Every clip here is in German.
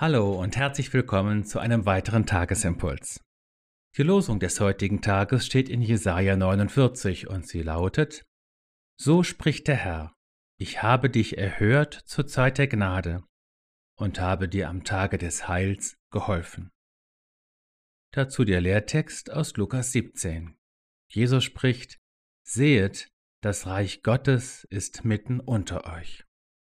Hallo und herzlich willkommen zu einem weiteren Tagesimpuls. Die Losung des heutigen Tages steht in Jesaja 49 und sie lautet: So spricht der Herr: Ich habe dich erhört zur Zeit der Gnade und habe dir am Tage des Heils geholfen. Dazu der Lehrtext aus Lukas 17. Jesus spricht: Sehet, das Reich Gottes ist mitten unter euch.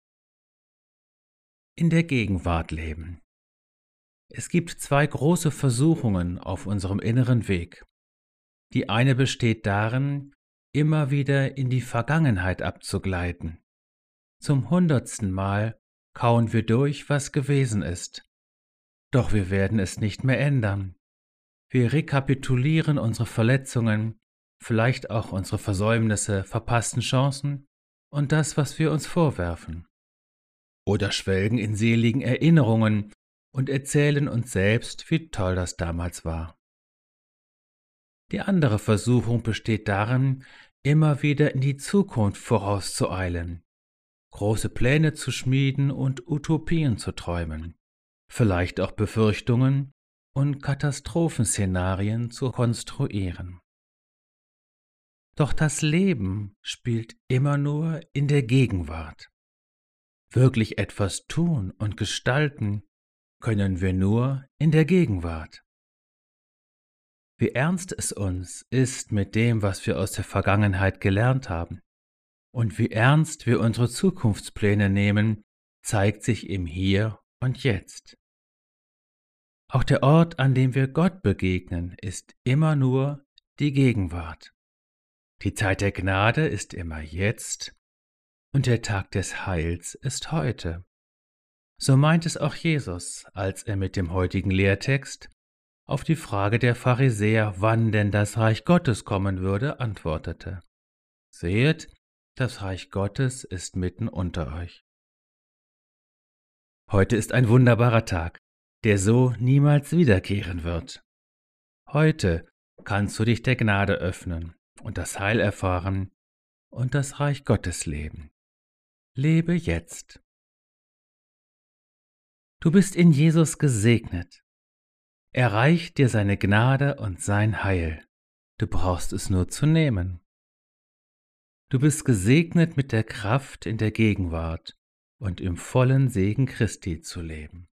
In der Gegenwart leben. Es gibt zwei große Versuchungen auf unserem inneren Weg. Die eine besteht darin, immer wieder in die Vergangenheit abzugleiten. Zum 100. Mal kauen wir durch, was gewesen ist. Doch wir werden es nicht mehr ändern. Wir rekapitulieren unsere Verletzungen, vielleicht auch unsere Versäumnisse, verpassten Chancen und das, was wir uns vorwerfen. Oder schwelgen in seligen Erinnerungen und erzählen uns selbst, wie toll das damals war. Die andere Versuchung besteht darin, immer wieder in die Zukunft vorauszueilen, große Pläne zu schmieden und Utopien zu träumen, vielleicht auch Befürchtungen und Katastrophenszenarien zu konstruieren. Doch das Leben spielt immer nur in der Gegenwart. Wirklich etwas tun und gestalten können wir nur in der Gegenwart. Wie ernst es uns ist mit dem, was wir aus der Vergangenheit gelernt haben, und wie ernst wir unsere Zukunftspläne nehmen, zeigt sich im Hier und Jetzt. Auch der Ort, an dem wir Gott begegnen, ist immer nur die Gegenwart. Die Zeit der Gnade ist immer jetzt und der Tag des Heils ist heute. So meint es auch Jesus, als er mit dem heutigen Lehrtext auf die Frage der Pharisäer, wann denn das Reich Gottes kommen würde, antwortete: Sehet, das Reich Gottes ist mitten unter euch. Heute ist ein wunderbarer Tag, der so niemals wiederkehren wird. Heute kannst du dich der Gnade öffnen und das Heil erfahren und das Reich Gottes leben. Lebe jetzt. Du bist in Jesus gesegnet. Er reicht dir seine Gnade und sein Heil. Du brauchst es nur zu nehmen. Du bist gesegnet mit der Kraft in der Gegenwart und im vollen Segen Christi zu leben.